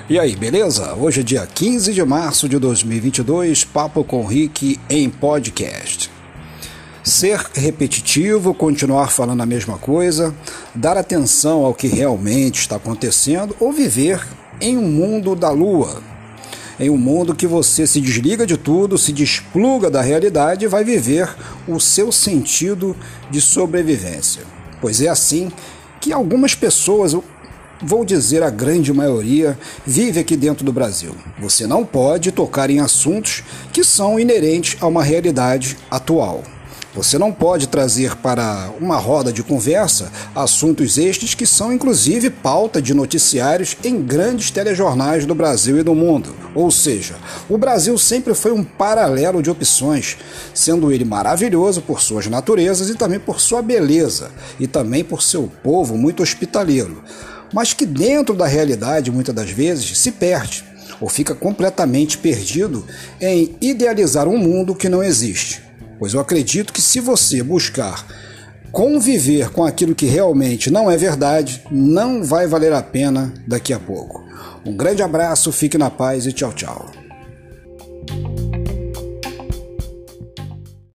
E aí, beleza? Hoje é dia 15 de março de 2022, Papo com Rick em podcast. Ser repetitivo, continuar falando a mesma coisa, dar atenção ao que realmente está acontecendo ou viver em um mundo da lua. Em um mundo que você se desliga de tudo, se despluga da realidade e vai viver o seu sentido de sobrevivência. Pois é assim que algumas pessoas, vou dizer a grande maioria, vive aqui dentro do Brasil. Você não pode tocar em assuntos que são inerentes a uma realidade atual. Você não pode trazer para uma roda de conversa assuntos estes que são inclusive pauta de noticiários em grandes telejornais do Brasil e do mundo. Ou seja, o Brasil sempre foi um paralelo de opções, sendo ele maravilhoso por suas naturezas e também por sua beleza, e também por seu povo muito hospitaleiro, mas que dentro da realidade muitas das vezes se perde ou fica completamente perdido em idealizar um mundo que não existe. Pois eu acredito que se você buscar conviver com aquilo que realmente não é verdade, não vai valer a pena daqui a pouco. Um grande abraço, fique na paz e tchau, tchau.